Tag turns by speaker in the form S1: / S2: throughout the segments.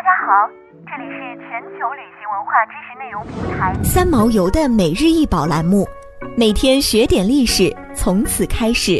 S1: 家好，这里是全球旅行文化知识内容平台
S2: 三毛游的每日一宝栏目，每天学点历史，从此开始。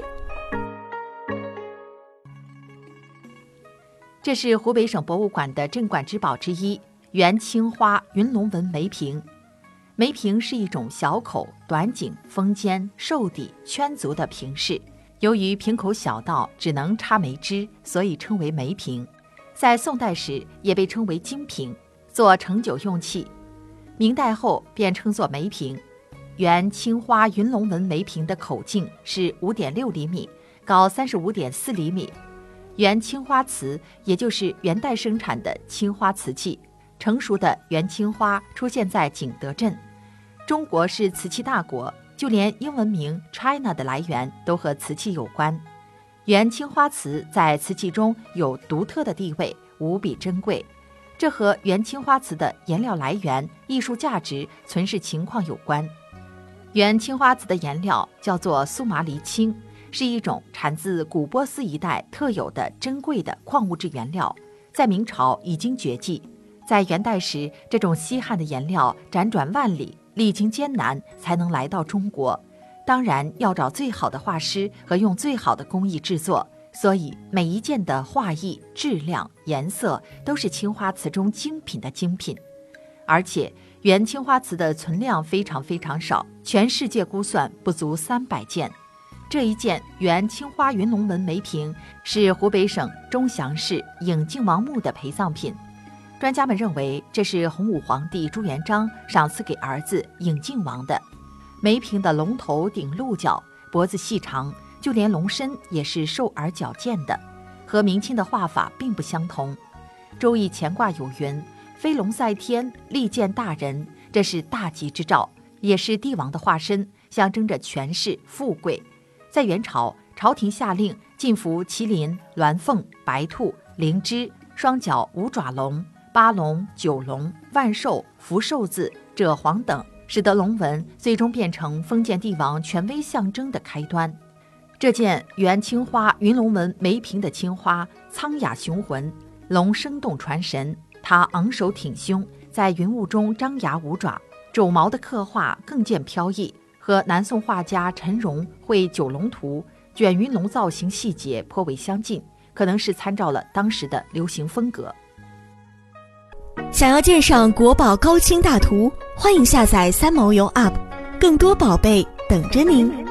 S3: 这是湖北省博物馆的镇馆之宝之一——元青花云龙纹梅瓶。梅瓶是一种小口、短颈、峰尖、瘦底、圈足的瓶式。由于瓶口小到只能插梅枝，所以称为梅瓶。在宋代时也被称为金瓶，做盛酒用器。明代后便称作梅瓶。元青花云龙纹梅瓶的口径是 5.6 厘米，高 35.4 厘米。元青花瓷也就是元代生产的青花瓷器，成熟的元青花出现在景德镇。中国是瓷器大国，就连英文名 China 的来源都和瓷器有关。元青花瓷在瓷器中有独特的地位，无比珍贵。这和元青花瓷的颜料来源、艺术价值、存世情况有关。元青花瓷的颜料叫做苏麻离青，是一种产自古波斯一带特有的珍贵的矿物质原料，在明朝已经绝迹。在元代时，这种稀罕的颜料辗转万里，历经艰难才能来到中国。当然要找最好的画师和用最好的工艺制作，所以每一件的画艺、质量、颜色都是青花瓷中精品的精品。而且元青花瓷的存量非常少，全世界估算不足300件。这一件元青花云龙纹梅瓶是湖北省钟祥市颖靖王墓的陪葬品。专家们认为这是洪武皇帝朱元璋赏赐给儿子颖靖王的。梅瓶的龙头顶鹿角，脖子细长，就连龙身也是瘦而矫健的，和明清的画法并不相同。周易乾卦有云：飞龙在天，利见大人，这是大吉之兆，也是帝王的化身，象征着权势富贵。在元朝，朝廷下令禁服麒麟、鸾凤、白兔、灵芝、双脚五爪龙、八龙、九龙、万寿、福寿字、赭黄等，使得龙纹最终变成封建帝王权威象征的开端。这件元青花云龙纹梅瓶的青花苍雅雄浑，龙生动传神，它昂首挺胸，在云雾中张牙舞爪，肘毛的刻画更见飘逸，和南宋画家陈荣绘九龙图卷云龙造型细节颇为相近，可能是参照了当时的流行风格。
S2: 想要鉴赏国宝高清大图，欢迎下载三毛游 App， 更多宝贝等着您。